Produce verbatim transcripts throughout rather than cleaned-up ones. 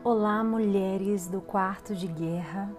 Olá, mulheres do quarto de guerra.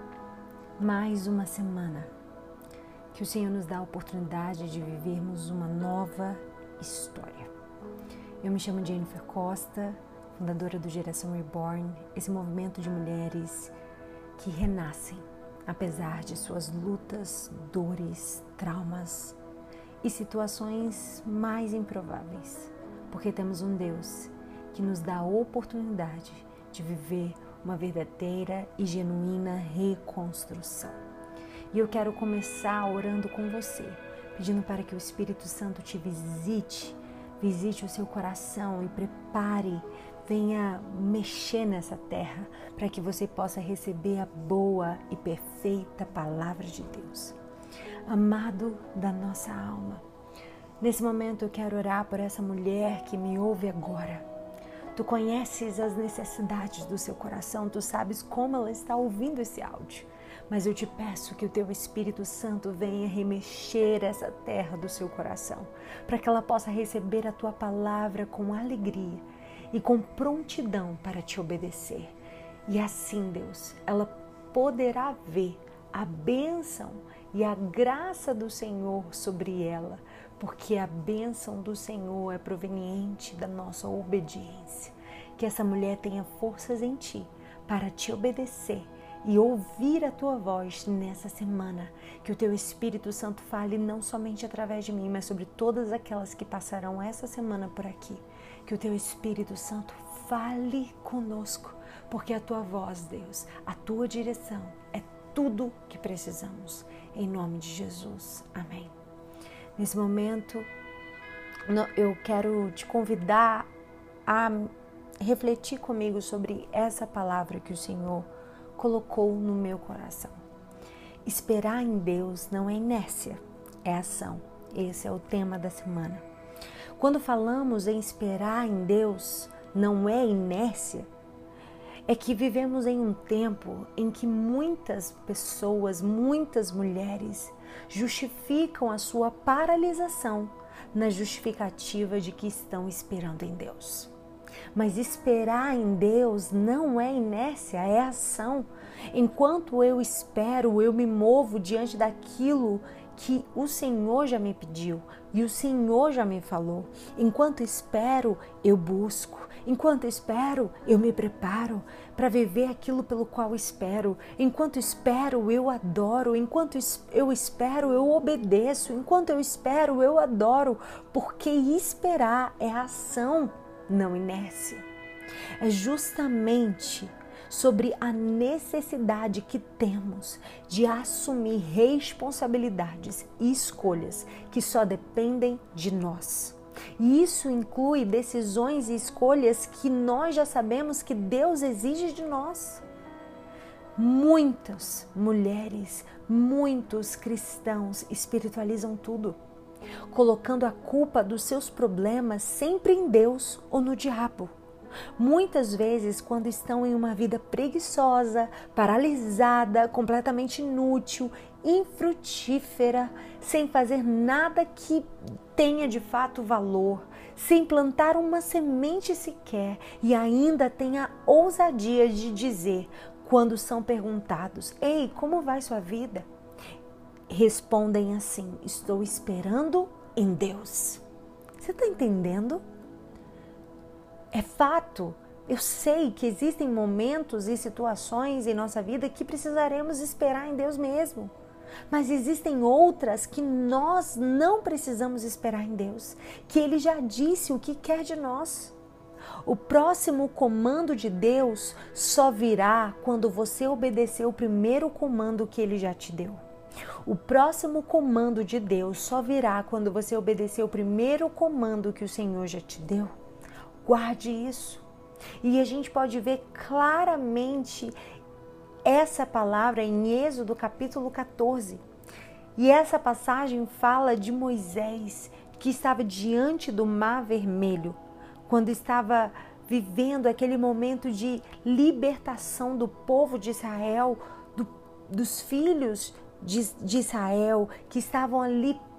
Mais uma semana que o Senhor nos dá a oportunidade de vivermos uma nova história. Eu me chamo Jennifer Costa, fundadora do Geração Reborn, esse movimento de mulheres que renascem apesar de suas lutas, dores, traumas e situações mais improváveis, porque temos um Deus que nos dá a oportunidade de viver uma verdadeira e genuína reconstrução. E eu quero começar orando com você, pedindo para que o Espírito Santo te visite, visite o seu coração e prepare, venha mexer nessa terra, para que você possa receber a boa e perfeita palavra de Deus. Amado da nossa alma, nesse momento eu quero orar por essa mulher que me ouve agora. Tu conheces as necessidades do seu coração, tu sabes como ela está ouvindo esse áudio. Mas eu te peço que o teu Espírito Santo venha remexer essa terra do seu coração, para que ela possa receber a tua palavra com alegria e com prontidão para te obedecer. E assim, Deus, ela poderá ver a bênção e a graça do Senhor sobre ela, porque a bênção do Senhor é proveniente da nossa obediência. Que essa mulher tenha forças em ti para te obedecer e ouvir a tua voz nessa semana. Que o teu Espírito Santo fale não somente através de mim, mas sobre todas aquelas que passarão essa semana por aqui. Que o teu Espírito Santo fale conosco, porque a tua voz, Deus, a tua direção é tudo que precisamos. Em nome de Jesus. Amém. Nesse momento, eu quero te convidar a refletir comigo sobre essa palavra que o Senhor colocou no meu coração. Esperar em Deus não é inércia, é ação. Esse é o tema da semana. Quando falamos em esperar em Deus, não é inércia, é que vivemos em um tempo em que muitas pessoas, muitas mulheres justificam a sua paralisação na justificativa de que estão esperando em Deus. Mas esperar em Deus não é inércia, é ação. Enquanto eu espero, eu me movo diante daquilo que o Senhor já me pediu e o Senhor já me falou. Enquanto espero, eu busco. Enquanto espero, eu me preparo para viver aquilo pelo qual espero. Enquanto espero, eu adoro. Enquanto eu espero, eu obedeço. Enquanto eu espero, eu adoro. Porque esperar é ação, não inércia. É justamente sobre a necessidade que temos de assumir responsabilidades e escolhas que só dependem de nós. E isso inclui decisões e escolhas que nós já sabemos que Deus exige de nós. Muitas mulheres, muitos cristãos espiritualizam tudo, colocando a culpa dos seus problemas sempre em Deus ou no diabo. Muitas vezes, quando estão em uma vida preguiçosa, paralisada, completamente inútil, infrutífera, sem fazer nada que tenha de fato valor, sem plantar uma semente sequer e ainda tem a ousadia de dizer, quando são perguntados: "Ei, como vai sua vida?" Respondem assim: "Estou esperando em Deus." Você está entendendo? É fato, eu sei que existem momentos e situações em nossa vida que precisaremos esperar em Deus mesmo. Mas existem outras que nós não precisamos esperar em Deus, que Ele já disse o que quer de nós. O próximo comando de Deus só virá quando você obedecer o primeiro comando que Ele já te deu. O próximo comando de Deus só virá quando você obedecer o primeiro comando que o Senhor já te deu. Guarde isso. E a gente pode ver claramente essa palavra em Êxodo capítulo quatorze. E essa passagem fala de Moisés, que estava diante do Mar Vermelho, quando estava vivendo aquele momento de libertação do povo de Israel, do, dos filhos de, de Israel, que estavam ali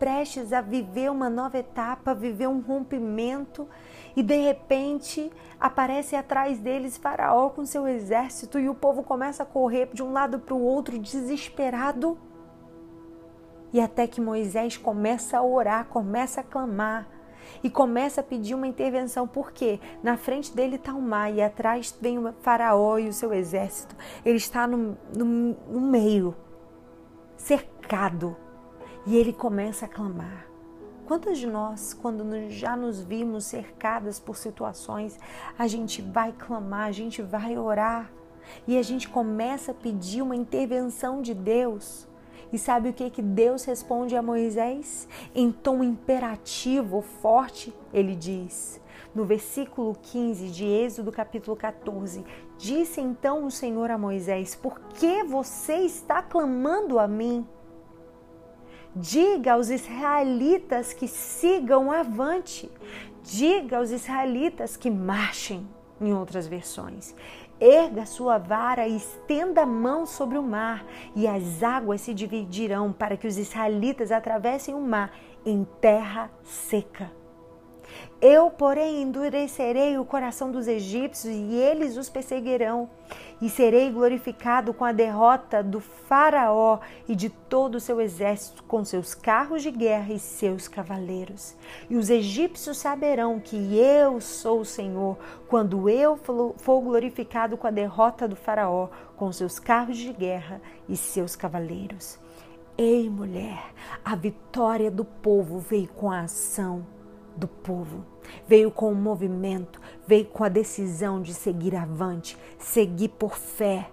prestes a viver uma nova etapa, viver um rompimento, e de repente aparece atrás deles Faraó com seu exército e o povo começa a correr de um lado para o outro desesperado. E até que Moisés começa a orar, começa a clamar e começa a pedir uma intervenção. Por quê? Na frente dele está o mar e atrás vem o Faraó e o seu exército. Ele está no, no, no meio, cercado, e ele começa a clamar. Quantas de nós, quando já nos vimos cercadas por situações, a gente vai clamar, a gente vai orar e a gente começa a pedir uma intervenção de Deus? E sabe o que, que Deus responde a Moisés? Em tom imperativo, forte, ele diz, no versículo quinze de Êxodo capítulo quatorze, disse então o Senhor a Moisés, por que você está clamando a mim? Diga aos israelitas que sigam avante. Diga aos israelitas que marchem, em outras versões. Erga sua vara e estenda a mão sobre o mar, e as águas se dividirão para que os israelitas atravessem o mar em terra seca. Eu, porém, endurecerei o coração dos egípcios e eles os perseguirão. E serei glorificado com a derrota do Faraó e de todo o seu exército, com seus carros de guerra e seus cavaleiros. E os egípcios saberão que eu sou o Senhor, quando eu for glorificado com a derrota do Faraó, com seus carros de guerra e seus cavaleiros. Ei, mulher, a vitória do povo veio com a ação do povo, veio com o movimento, veio com a decisão de seguir avante, seguir por fé.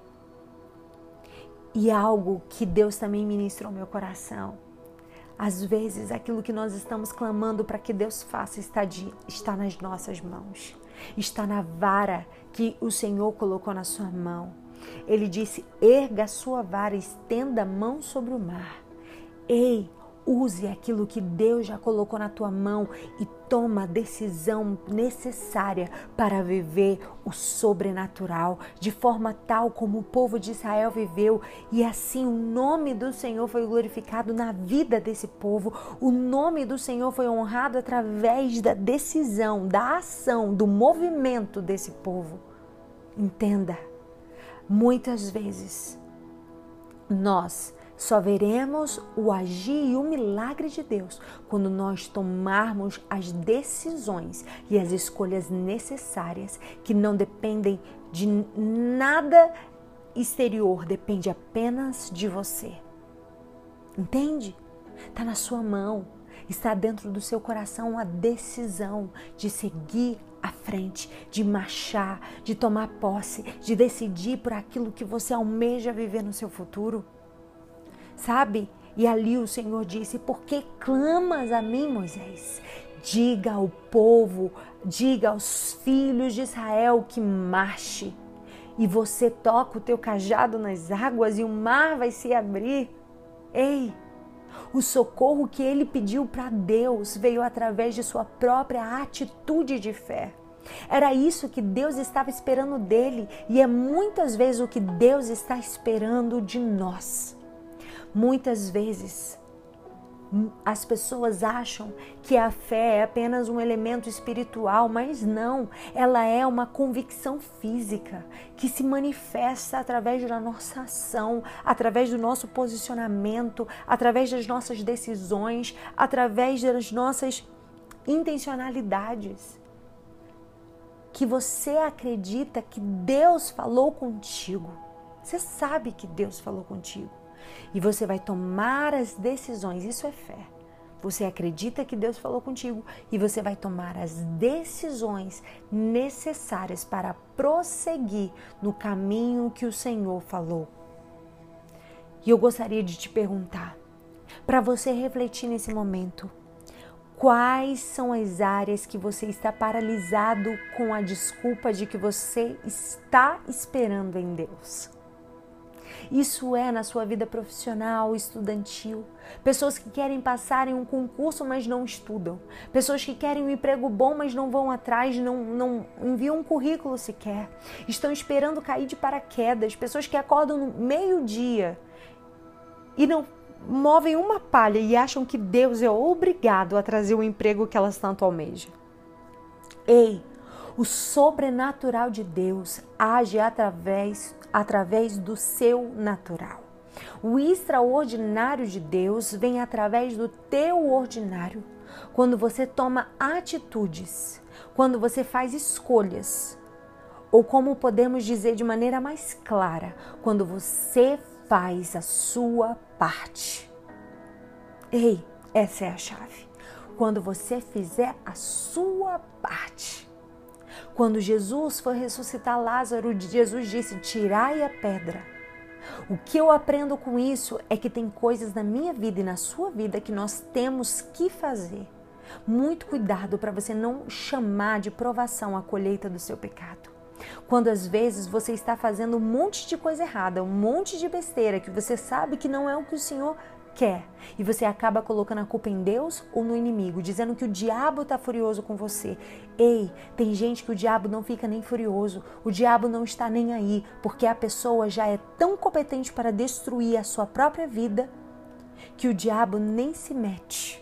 E algo que Deus também ministrou ao meu coração. Às vezes, aquilo que nós estamos clamando para que Deus faça está, de, está nas nossas mãos, está na vara que o Senhor colocou na sua mão. Ele disse, erga a sua vara, estenda a mão sobre o mar. Ei, use aquilo que Deus já colocou na tua mão e toma a decisão necessária para viver o sobrenatural, de forma tal como o povo de Israel viveu. E assim o nome do Senhor foi glorificado na vida desse povo. O nome do Senhor foi honrado através da decisão, da ação, do movimento desse povo. Entenda, muitas vezes nós só veremos o agir e o milagre de Deus quando nós tomarmos as decisões e as escolhas necessárias que não dependem de nada exterior, depende apenas de você. Entende? Está na sua mão, está dentro do seu coração a decisão de seguir à frente, de marchar, de tomar posse, de decidir por aquilo que você almeja viver no seu futuro. Sabe? E ali o Senhor disse, por que clamas a mim, Moisés? Diga ao povo, diga aos filhos de Israel que marche. E você toca o teu cajado nas águas e o mar vai se abrir. Ei, o socorro que ele pediu para Deus veio através de sua própria atitude de fé. Era isso que Deus estava esperando dele e é muitas vezes o que Deus está esperando de nós. Muitas vezes as pessoas acham que a fé é apenas um elemento espiritual, mas não, ela é uma convicção física que se manifesta através da nossa ação, através do nosso posicionamento, através das nossas decisões, através das nossas intencionalidades. Que você acredita que Deus falou contigo, você sabe que Deus falou contigo. E você vai tomar as decisões, isso é fé. Você acredita que Deus falou contigo e você vai tomar as decisões necessárias para prosseguir no caminho que o Senhor falou. E eu gostaria de te perguntar, para você refletir nesse momento, quais são as áreas que você está paralisado com a desculpa de que você está esperando em Deus? Isso é na sua vida profissional, estudantil. Pessoas que querem passar em um concurso, mas não estudam. Pessoas que querem um emprego bom, mas não vão atrás, não, não enviam um currículo sequer. Estão esperando cair de paraquedas. Pessoas que acordam no meio-dia e não movem uma palha e acham que Deus é obrigado a trazer o emprego que elas tanto almejam. Ei, o sobrenatural de Deus age através, através do seu natural. O extraordinário de Deus vem através do teu ordinário. Quando você toma atitudes, quando você faz escolhas, ou como podemos dizer de maneira mais clara, quando você faz a sua parte. Ei, essa é a chave. Quando você fizer a sua parte. Quando Jesus foi ressuscitar Lázaro, Jesus disse: tirai a pedra. O que eu aprendo com isso é que tem coisas na minha vida e na sua vida que nós temos que fazer. Muito cuidado para você não chamar de provação a colheita do seu pecado. Quando às vezes você está fazendo um monte de coisa errada, um monte de besteira que você sabe que não é o que o Senhor quer, e você acaba colocando a culpa em Deus ou no inimigo, dizendo que o diabo está furioso com você. Ei, tem gente que o diabo não fica nem furioso, o diabo não está nem aí, porque a pessoa já é tão competente para destruir a sua própria vida que o diabo nem se mete.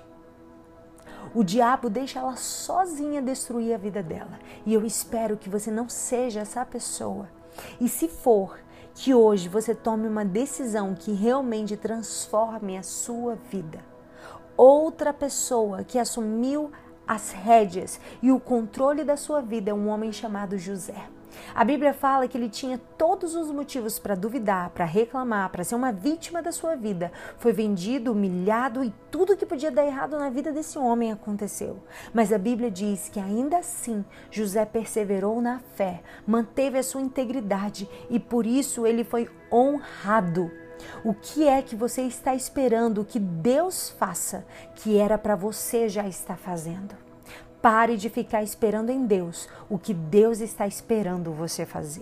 O diabo deixa ela sozinha destruir a vida dela. E eu espero que você não seja essa pessoa. E se for, que hoje você tome uma decisão que realmente transforme a sua vida. Outra pessoa que assumiu as rédeas e o controle da sua vida é um homem chamado José. A Bíblia fala que ele tinha todos os motivos para duvidar, para reclamar, para ser uma vítima da sua vida. Foi vendido, humilhado e tudo que podia dar errado na vida desse homem aconteceu. Mas a Bíblia diz que ainda assim José perseverou na fé, manteve a sua integridade e por isso ele foi honrado. O que é que você está esperando que Deus faça, que era para você já estar fazendo? Pare de ficar esperando em Deus o que Deus está esperando você fazer.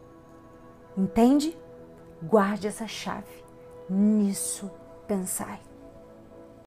Entende? Guarde essa chave. Nisso pensai.